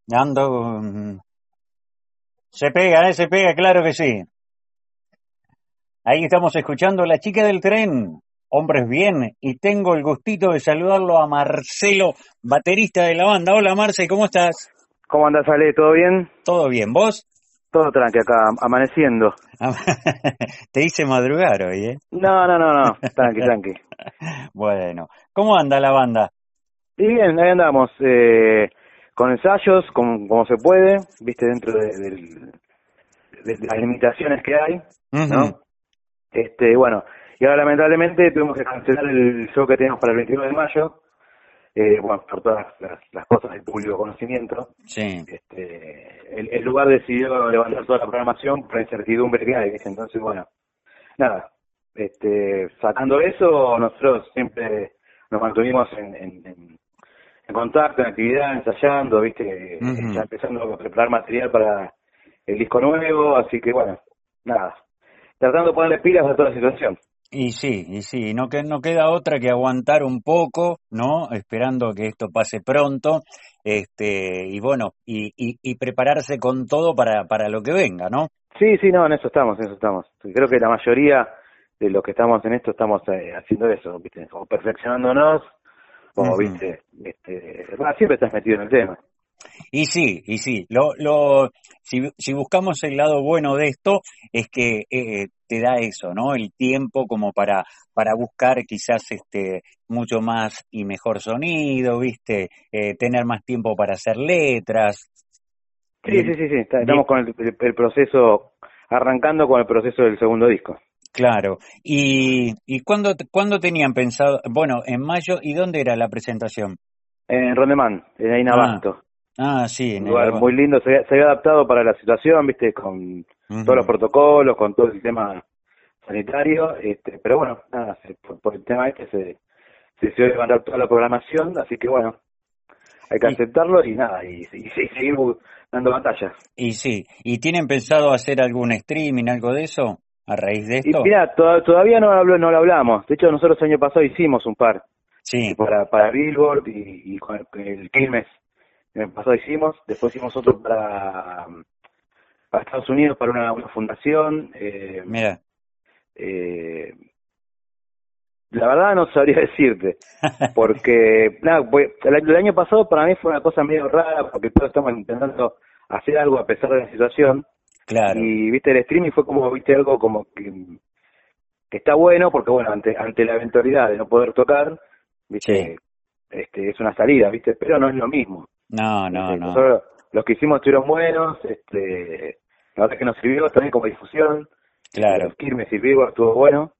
Ando, se pega, claro que sí. Ahí estamos escuchando La Chica del Tren, Hombres Bien, y tengo el gustito de saludarlo a Marcelo, baterista de la banda. Hola Marce, ¿cómo estás? ¿Cómo andás, Ale? ¿Todo bien? ¿Todo bien? ¿Vos? Todo tranqui acá, amaneciendo. Te hice madrugar hoy, ¿eh? No, tranqui, tranqui. Bueno, ¿cómo anda la banda? Y bien, ahí andamos, con ensayos, como se puede, viste, dentro de las limitaciones que hay, Ujú. ¿no? Bueno, y ahora lamentablemente tuvimos que cancelar el show que teníamos para el 29 de mayo, bueno, por todas las cosas del público conocimiento. Sí. El lugar decidió levantar toda la programación por la incertidumbre que hay, ¿viste? Entonces, bueno, nada, sacando eso, nosotros siempre nos mantuvimos en contacto, en actividad, ensayando, viste, ya Ujú. empezando a preparar material para el disco nuevo, así que bueno, nada, tratando de ponerle pilas a toda la situación. Y sí, no queda otra que aguantar un poco, ¿no? Esperando que esto pase pronto, y bueno, y prepararse con todo para lo que venga, ¿no? Sí, sí, no, en eso estamos, en eso estamos. Creo que la mayoría de los que estamos en esto estamos haciendo eso, viste, o perfeccionándonos, o Ujú. viste, siempre estás metido en el tema. Y sí, si buscamos el lado bueno de esto, es que te da eso, ¿no? El tiempo como para buscar quizás mucho más y mejor sonido, ¿viste? Tener más tiempo para hacer letras. Sí, Bien, sí, sí, sí, bien, estamos con el proceso, arrancando con el proceso del segundo disco. claro. ¿Y cuándo tenían pensado? Bueno, en mayo, ¿y dónde era la presentación? En Rondemán, en ahí en Ah, Abasto. sí, Un en el lugar agua. muy lindo, se había adaptado para la situación, viste, con todos los Ujú. protocolos, con todo el tema sanitario, pero bueno, nada, por el tema se decidió levantar toda la programación, así que bueno, hay que Y, aceptarlo y nada, y seguir dando batalla. y sí, ¿y tienen pensado hacer algún streaming, algo de eso, a raíz de Y esto? mira, todavía no lo hablamos, de hecho nosotros el año pasado hicimos un par, Sí. para Billboard y con el Quilmes, el año pasado hicimos, después hicimos otro para Estados Unidos, para una fundación. Mira. Eh, la verdad no sabría decirte, porque nada, pues, el año pasado para mí fue una cosa medio rara, porque todos estamos intentando hacer algo a pesar de la situación, Claro, y viste, el streaming fue como, viste, algo como que está bueno, porque bueno, ante la eventualidad de no poder tocar, sí. viste, es una salida, viste, pero no es lo mismo. No, no, no. Nosotros los que hicimos estuvieron buenos, la verdad que nos sirvió también como difusión, Claro, los Quilmes y Billboard estuvo bueno.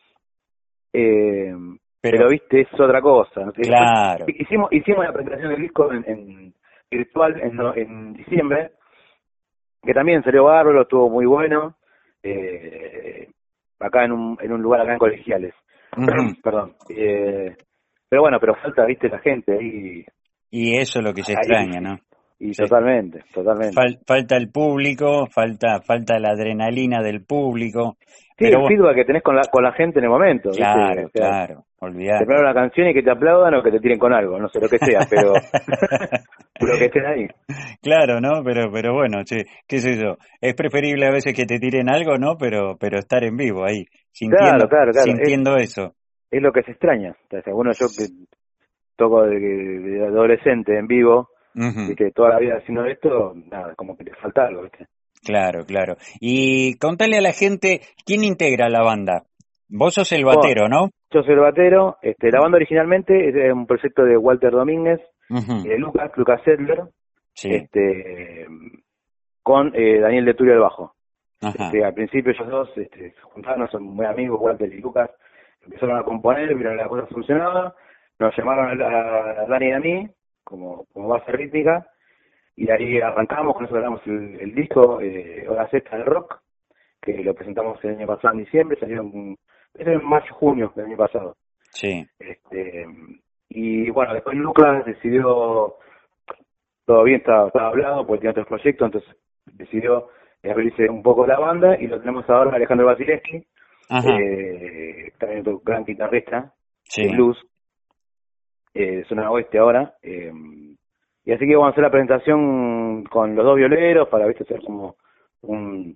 Eh, pero pero viste, es otra cosa, ¿no? Después claro. hicimos la presentación del disco en virtual en diciembre, que también salió bárbaro, estuvo muy bueno, eh, acá en un lugar acá en Colegiales. Ujú. Perdón. Pero bueno, pero falta, viste, la gente Y eso es lo que se ahí, extraña, ¿no? y Sí. totalmente, totalmente. Falta el público, falta la adrenalina del público, Sí, pero el bueno, feedback que tenés con la gente en el momento, viste, o claro, sea, claro, terminar olvídate. una canción y que te aplaudan o que te tiren con algo, no sé lo que sea, pero pero que estén ahí. Claro, ¿no? Pero bueno, che, qué sé yo. Es preferible a veces que te tiren algo, ¿no? Pero estar en vivo ahí, Claro, claro, claro, sintiendo eso. es lo que se extraña. O sea, bueno, yo que toco de adolescente en vivo, Ujú. viste, toda la vida haciendo esto, nada, como que te falta algo, viste. Claro, claro. Y contale a la gente quién integra la banda. Vos sos el Bueno, batero, ¿no? yo soy el batero, la banda originalmente es un proyecto de Walter Domínguez y Ujú. de Lucas Sedler, Sí, este, con Daniel de Turio del bajo. ajá, Al principio ellos dos se juntaron, son muy amigos, Walter y Lucas, empezaron a componer, vieron que la cosa funcionaba, nos llamaron a Dani y a mí como base rítmica, y ahí arrancamos, con eso grabamos el disco, Hora Sexta del Rock, que lo presentamos el año pasado en diciembre, eso en mayo, junio del año pasado. sí, Este, y bueno, después Lucas decidió, todavía estaba hablado, porque tiene otros proyectos, entonces decidió abrirse un poco la banda, y lo tenemos ahora a Alejandro Basileski, ajá, también otro gran guitarrista de sí, blues, de zona oeste ahora, Y así que vamos a hacer la presentación con los dos violeros para, viste, hacer como un,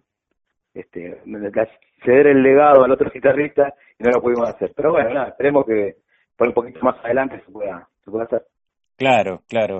ceder el legado al otro guitarrista y no lo pudimos hacer. Pero bueno, nada, esperemos que por un poquito más adelante se pueda hacer. Claro, claro.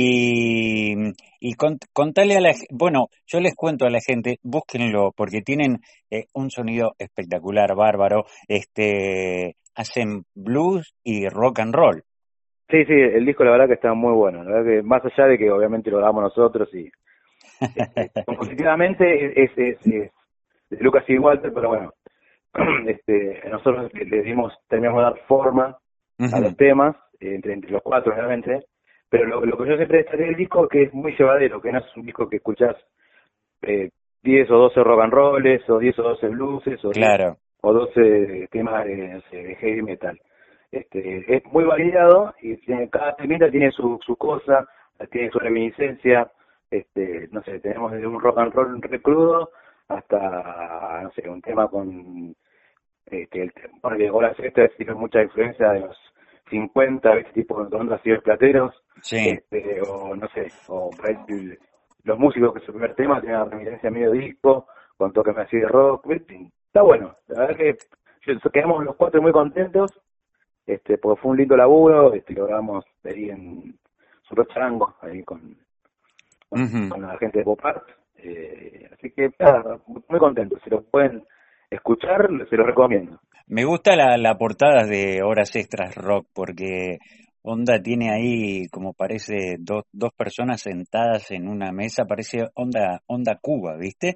Y contale a bueno, yo les cuento a la gente, búsquenlo, porque tienen un sonido espectacular, bárbaro. Hacen blues y rock and roll. Sí, sí, el disco la verdad que está muy bueno. La verdad que más allá de que obviamente lo grabamos nosotros y compositivamente es de Lucas y Walter, pero bueno, nosotros terminamos de dar forma a los temas, entre los cuatro realmente, pero lo que yo siempre destaqué del disco es que es muy llevadero, que no es un disco que escuchás 10 o 12 rock and rolls, o 10 o 12 blueses, o 10 Claro. o 12 temas no sé, de heavy metal. Es muy variado y cada temita tiene su cosa, tiene su reminiscencia. No sé, tenemos desde un rock and roll re crudo hasta, no sé, un tema con bueno, de horas extras, tiene mucha influencia de los 50, ¿viste? Tipo de ondas y plateros, Sí. o no sé, o por ahí los músicos que su primer tema tienen una reminiscencia medio disco, con toques así de rock, ¿viste? Está bueno, la verdad que quedamos los cuatro muy contentos, porque fue un lindo laburo, lo grabamos ahí en Surro Charango, ahí con la gente de Pop Art, así que nada, muy contentos, si lo pueden escuchar, se los recomiendo. Me gusta la portada de Horas Extras Rock, porque Onda tiene ahí, como parece, dos personas sentadas en una mesa, parece Onda Cuba, ¿viste?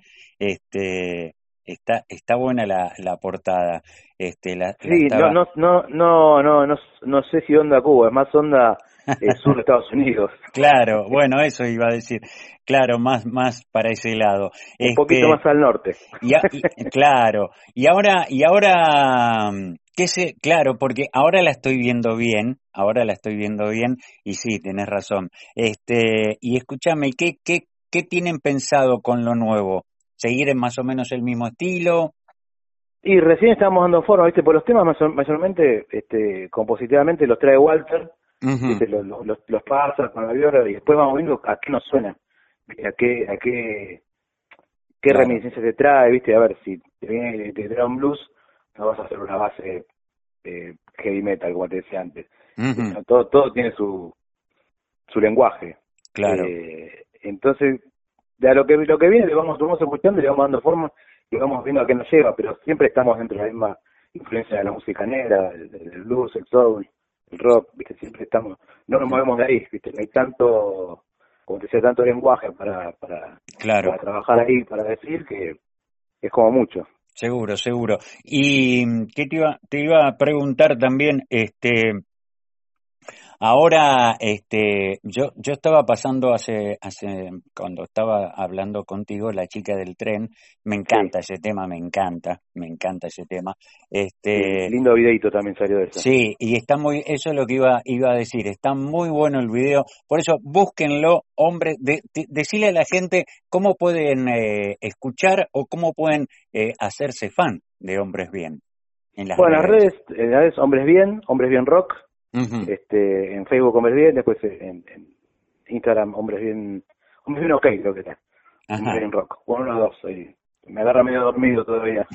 Está buena la portada. La Sí, estaba. no sé si onda Cuba, es más onda sur de Estados Unidos. Claro, bueno, eso iba a decir. Claro, más para ese lado. Un poquito más al norte. Claro, y ahora, claro, porque ahora la estoy viendo bien, y sí, tenés razón. Y escúchame, ¿qué tienen pensado con lo nuevo? ¿Seguir en más o menos el mismo estilo? Y recién estamos dando forma, ¿viste? Por los temas mayormente, compositivamente los trae Walter, Ujú. ¿viste? Los pasa con la viola y después vamos viendo a qué nos suena, ¿viste? Qué Claro. reminiscencia te trae, ¿viste? A ver, si te trae un blues, no vas a hacer una base heavy metal, como te decía antes. Ujú. Todo tiene su lenguaje. Claro. Entonces, de a lo que viene, vamos escuchando y le vamos dando forma y vamos viendo a qué nos lleva, pero siempre estamos dentro de la misma influencia de la música negra, del blues, el soul, el rock, ¿viste? Siempre estamos, no nos movemos de ahí, ¿viste? No hay tanto, como te decía, tanto lenguaje Claro. para trabajar ahí, para decir que es como mucho. Seguro, seguro. Y qué te iba a preguntar también, ahora, yo estaba pasando cuando estaba hablando contigo, la chica del tren, me Sí, encanta ese tema, me encanta ese tema. sí, Este, lindo videito también salió de eso. sí, y eso es lo que iba a decir, está muy bueno el video, por eso búsquenlo, hombre, decirle a la gente cómo pueden escuchar o cómo pueden hacerse fan de Hombres Bien en las Bueno, redes. en las redes Hombres Bien Rock, Ujú. en Facebook Hombres Bien, después en Instagram Hombres Bien OK creo que está, Hombres Ajá. Bien Rock, uno o dos, ahí. Me agarra medio dormido todavía.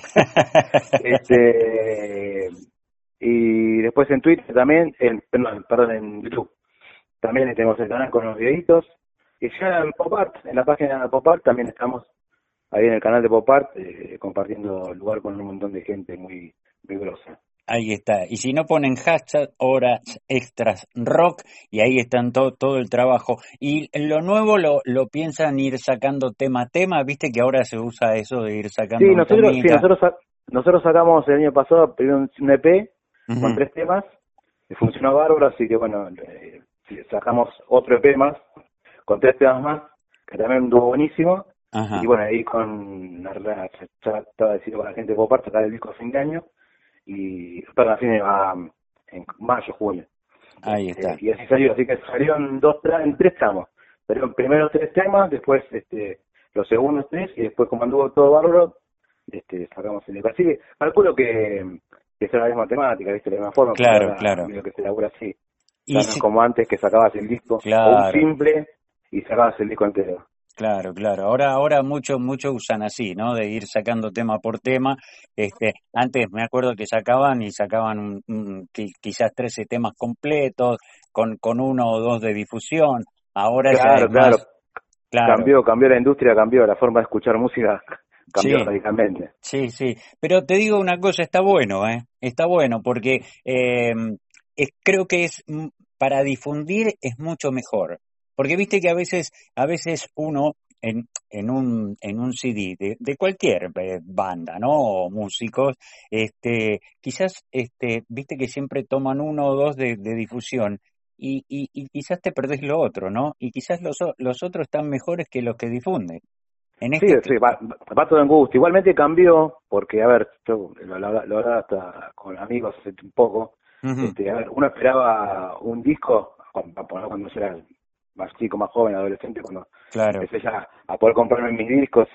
Y después en Twitter también, perdón, en YouTube, también tenemos el canal con los videitos, y ya en Pop Art, en la página de Pop Art también estamos ahí en el canal de Pop Art, compartiendo lugar con un montón de gente muy grosa. Ahí está. Y si no ponen hashtag Horas Extras Rock, y ahí están todo el trabajo. Y lo nuevo lo piensan ir sacando tema a tema, viste que ahora se usa eso de ir Sí, sacando un temita. nosotros sacamos el año pasado primero un EP con Ujú. 3 temas, que funcionó bárbaro, así que bueno, sí, sacamos otro EP más, con 3 temas más, que también estuvo buenísimo, y Ajá. bueno, ahí ya estaba diciendo con la gente de Popar, sacar el disco a fin de año, y perdón, en mayo, junio. Ahí está. Y así que salieron en 3 tramos. Salieron primero 3 temas, después los segundos 3, y después como anduvo todo bárbaro, sacamos el disco. Así que calculo que será la misma temática, ¿viste? La misma forma, porque Claro, ahora claro. medio que se labura así. Ya Y no es sí, como antes que sacabas el disco, o un claro. simple, y sacabas el disco entero. Claro, claro. Ahora muchos usan así, ¿no? De ir sacando tema por tema. Antes me acuerdo que sacaban quizás 13 temas completos, con uno o dos de difusión. Ahora ya es Claro, claro, más, claro. cambió la industria, cambió la forma de escuchar música, cambió Sí, radicalmente. sí, sí. Pero te digo una cosa, está bueno, ¿eh? Está bueno porque creo que para difundir es mucho mejor. Porque viste que a veces uno en un CD de cualquier banda, ¿no? O músicos, quizás, viste que siempre toman uno o dos de difusión y quizás te perdés lo otro, ¿no? Y quizás los otros están mejores que los que difunden. En Sí, este, sí, va todo en gusto. Igualmente cambió, porque, a ver, yo lo hablaba hasta con amigos hace un poco. Ujú, A ver, uno esperaba un disco, cuando yo era más chico, más joven, adolescente, cuando claro. empecé ya a poder comprarme mis discos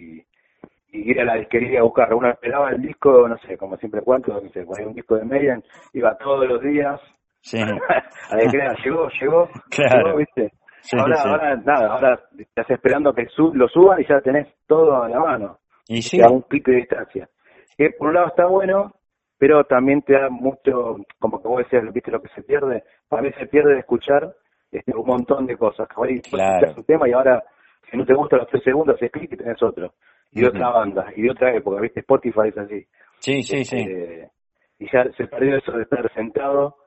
y ir a la disquería a buscar. Uno esperaba el disco, no sé, como siempre cuento, no sé, cuando hay un disco de Maiden, iba todos los días Sí, a la disquería, llegó, claro. ¿viste? Sí, sí. Ahora nada, ahora estás esperando que lo suban y ya tenés todo a la mano, Y ¿viste? A sí, un clic de distancia. Que por un lado está bueno, pero también te da mucho, como que vos decías, ¿viste lo que se pierde? A veces se pierde de escuchar un montón de cosas. Ahora vos escuchás claro. un tema y ahora, si no te gusta los 3 segundos, haces clic y tenés otro. Y de Ujú. otra banda, y de otra época, ¿viste? Spotify es así. Sí, sí, sí. Este, y ya se perdió eso de estar sentado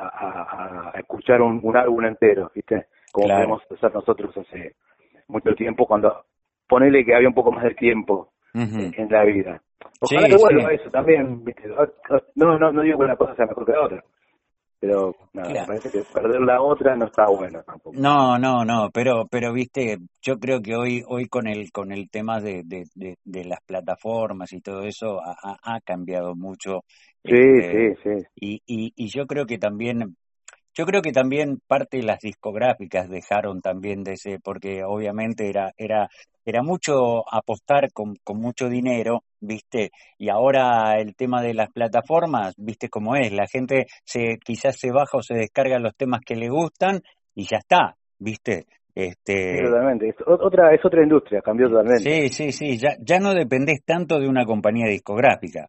a escuchar un álbum entero, ¿viste? Como Claro. podemos hacer nosotros hace mucho tiempo, cuando ponele que había un poco más de tiempo Ujú. en la vida. Ojalá Sí, que vuelva sí. eso también, ¿viste? No digo que una cosa sea mejor que la otra, pero nada, me Claro. parece que perder la otra no está bueno tampoco. No, no, no, pero viste, yo creo que hoy con el tema de las plataformas y todo eso ha cambiado mucho, Sí, este, sí, sí, y yo creo que también parte de las discográficas dejaron también de ese, porque obviamente era mucho apostar con mucho dinero, ¿viste? Y ahora el tema de las plataformas, ¿viste cómo es? La gente quizás se baja o se descarga los temas que le gustan y ya está, ¿viste? sí, Este, totalmente. Es otra industria, cambió totalmente. sí, sí, sí, ya no dependés tanto de una compañía discográfica,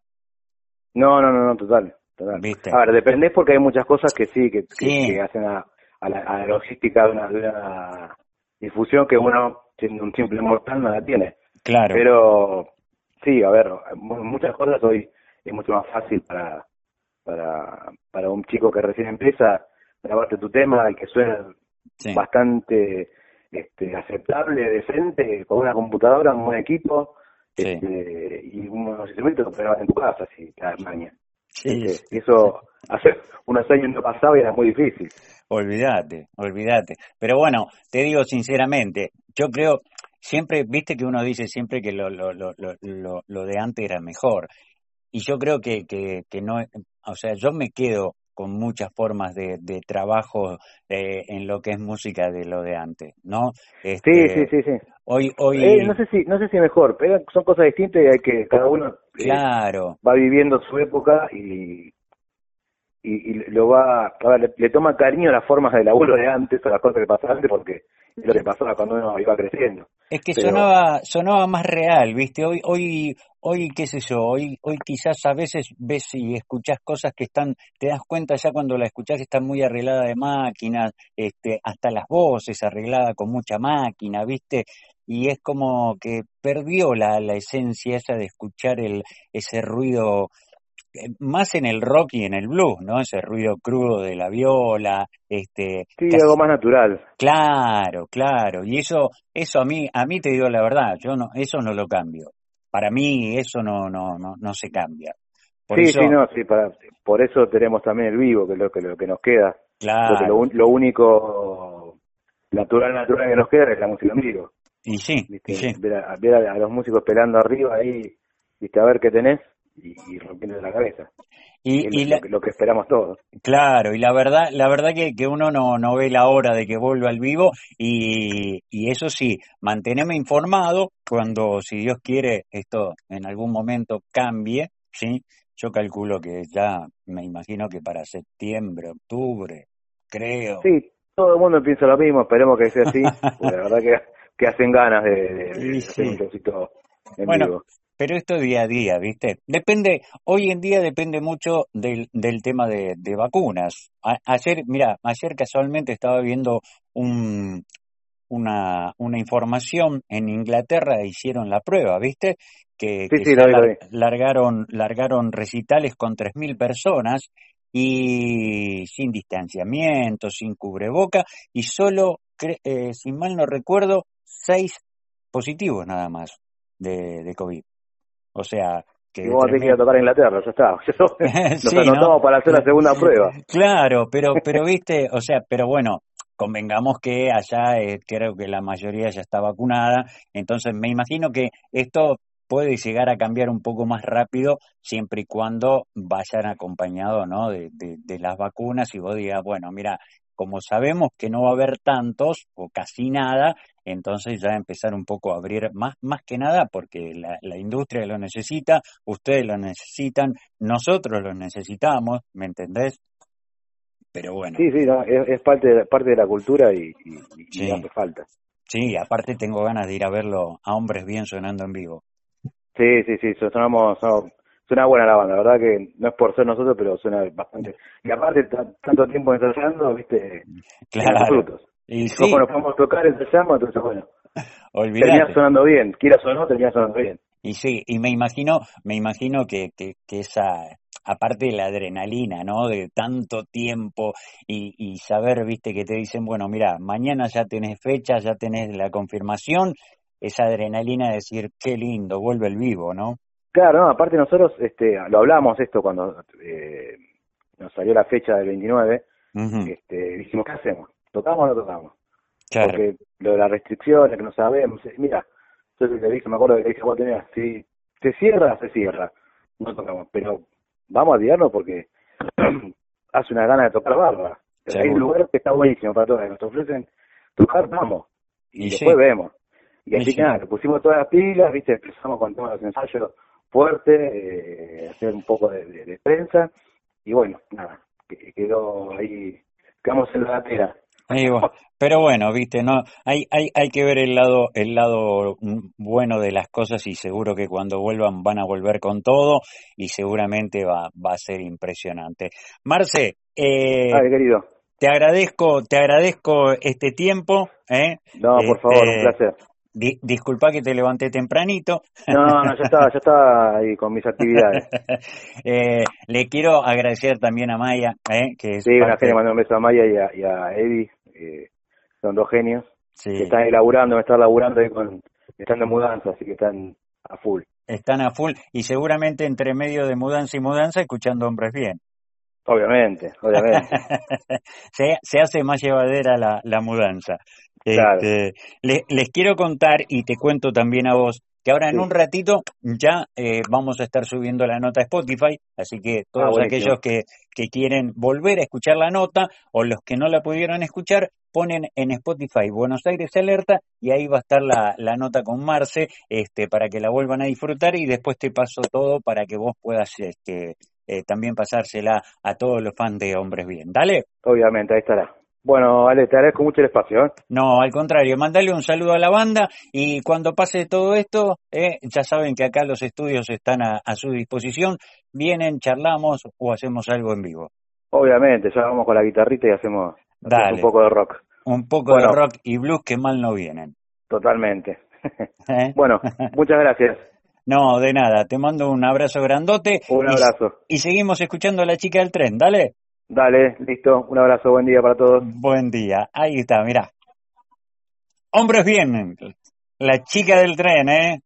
No, total, total. ¿viste? A ver, dependés porque hay muchas cosas que sí, que Sí, hacen a la logística de una difusión que uno, siendo un simple mortal, no la tiene. claro, Pero sí, a ver, muchas cosas hoy es mucho más fácil para un chico que recién empieza, grabarte tu tema y que suene sí, bastante aceptable, decente, con una computadora, un buen equipo, sí, y unos instrumentos que puedes grabar en tu casa, si te das maña. sí, sí. Y eso hace unos años no pasaba y era muy difícil. Olvídate, olvídate. Pero bueno, te digo sinceramente, yo creo, siempre, viste que uno dice siempre que lo de antes era mejor. Y yo creo que no, o sea, yo me quedo con muchas formas de trabajo en lo que es música de lo de antes, ¿no? Sí. Hoy, No sé si mejor, pero son cosas distintas y hay que, cada uno claro, va viviendo su época y lo va, a ver, le toma cariño a las formas del abuelo de antes, a las cosas que pasaban antes, porque es lo que pasaba cuando uno iba creciendo. es que Pero sonaba más real, ¿viste? Hoy, qué sé yo, hoy quizás a veces ves y escuchás cosas que te das cuenta ya cuando la escuchás que están muy arregladas de máquinas, hasta las voces arregladas con mucha máquina, ¿viste? Y es como que perdió la esencia esa de escuchar ese ruido, más en el rock y en el blues, ¿no? Ese ruido crudo de la viola, sí, algo casi. más natural. Claro, claro, y eso a mí te digo la verdad, yo no, eso no lo cambio. Para mí eso no se cambia. Por Sí, eso, no, sí, por eso tenemos también el vivo, que es lo que nos queda. Creo que claro, lo único natural que nos queda es la música en vivo. y sí, y ¿Viste? sí. Ver a los músicos esperando arriba ahí, ¿viste? A ver qué tenés y rompiendo la cabeza. Y, Es y la, lo que esperamos todos. claro, y la verdad que uno no ve la hora de que vuelva al vivo y eso sí, mantenerme informado cuando, si Dios quiere, esto en algún momento cambie, ¿sí? Yo calculo que ya, me imagino que para septiembre, octubre, creo. Sí, todo el mundo piensa lo mismo, esperemos que sea así, porque la verdad que hacen ganas de Y hacer un sí. showcito en Bueno, vivo. pero esto día a día, ¿viste? Depende, hoy en día depende mucho del tema de vacunas. Ayer, mira, ayer casualmente estaba viendo un, una información en Inglaterra, hicieron la prueba, ¿viste? Sí, Que sí, ya lo vi. largaron recitales con 3.000 personas y sin distanciamiento, sin cubreboca y solo, si mal no recuerdo, 6 positivos nada más de COVID. O sea, que Y de vamos a tener que ir 3.000. a tocar a Inglaterra, ya está. Nos Sí, ¿no? anotamos para hacer la segunda prueba. Claro, pero viste, o sea, pero bueno, convengamos que allá creo que la mayoría ya está vacunada, entonces me imagino que esto puede llegar a cambiar un poco más rápido siempre y cuando vayan acompañados, ¿no? De las vacunas y vos digas, bueno, mira, como sabemos que no va a haber tantos o casi nada, entonces ya empezar un poco a abrir más que nada porque la industria lo necesita, ustedes lo necesitan, nosotros lo necesitamos, ¿me entendés? Pero bueno, Sí, sí, no, es parte de la cultura y sí, hace falta. sí, aparte tengo ganas de ir a verlo a Hombres Bien sonando en vivo. Sí, sí, sí, suena buena la banda, la verdad que no es por ser nosotros, pero suena bastante. Y aparte, tanto tiempo ensayando, viste, tiene sus Claro, frutos. y Y como sí, nos podemos tocar, ensayamos, entonces bueno, termina olvídate. sonando bien, quieras o no, termina sonando bien. Y sí, y me imagino que esa, aparte de la adrenalina, ¿no? De tanto tiempo y saber, viste, que te dicen, bueno, mira, mañana ya tenés fecha, ya tenés la confirmación, esa adrenalina de decir, qué lindo, vuelve el vivo, ¿no? Claro, no, aparte nosotros lo hablamos esto cuando nos salió la fecha del 29, Ujú, dijimos, ¿qué hacemos? ¿Tocamos o no tocamos? claro, Porque lo de las restricciones, que no sabemos, mira, yo le dije, me acuerdo que le dije, vos tenés, si se cierra, se cierra, no tocamos, pero vamos a tirarnos porque hace una gana de tocar barba. Hay un seguro. lugar que está buenísimo para todos, que nos ofrecen tocar, vamos, y Y sí, después vemos. Y y así que sí. nada, le pusimos todas las pilas, viste, empezamos con todos los ensayos fuertes, hacer un poco de prensa, y bueno, nada, quedó ahí, quedamos en la latera. Pero bueno, viste, no, hay que ver el lado bueno de las cosas y seguro que cuando vuelvan van a volver con todo y seguramente va a ser impresionante. Marce, Ay, querido, te agradezco este tiempo, ¿eh? no, por favor, un Este, placer. disculpa que te levanté tempranito. No, no, ya estaba ahí con mis actividades. Le quiero agradecer también a Maya, que es Sí, una genia, parte, mandar un beso a Maya y a Eddie, son dos genios, que sí. están ahí laburando, me están laburando ahí están de mudanza, así que están a full. Están a full y seguramente entre medio de mudanza y mudanza escuchando Hombres Bien. Obviamente, obviamente, Se hace más llevadera la mudanza. claro, Les quiero contar y te cuento también a vos que ahora en un sí. ratito ya vamos a estar subiendo la nota a Spotify, así que Ah, todos aquellos buenísimo. que quieren volver a escuchar la nota o los que no la pudieron escuchar, ponen en Spotify Buenos Aires Alerta y ahí va a estar la nota con Marce para que la vuelvan a disfrutar y después te paso todo para que vos puedas también pasársela a todos los fans de Hombres Bien. Dale. Obviamente, ahí estará. Bueno, Ale, te agradezco mucho el espacio, ¿eh? No, al contrario, mandale un saludo a la banda y cuando pase todo esto, ya saben que acá los estudios están a su disposición. Vienen, charlamos o hacemos algo en vivo. Obviamente, ya vamos con la guitarrita y hacemos un Dale, poco de rock. un poco de Bueno, rock y blues que mal no vienen. totalmente. ¿Eh? Bueno, muchas gracias. No, de nada, te mando un abrazo grandote Un y, abrazo. y seguimos escuchando a la chica del tren. Dale, Dale, listo. Un abrazo, buen día para todos. buen día. Ahí está, mirá. Hombres bien, la chica del tren, ¿eh?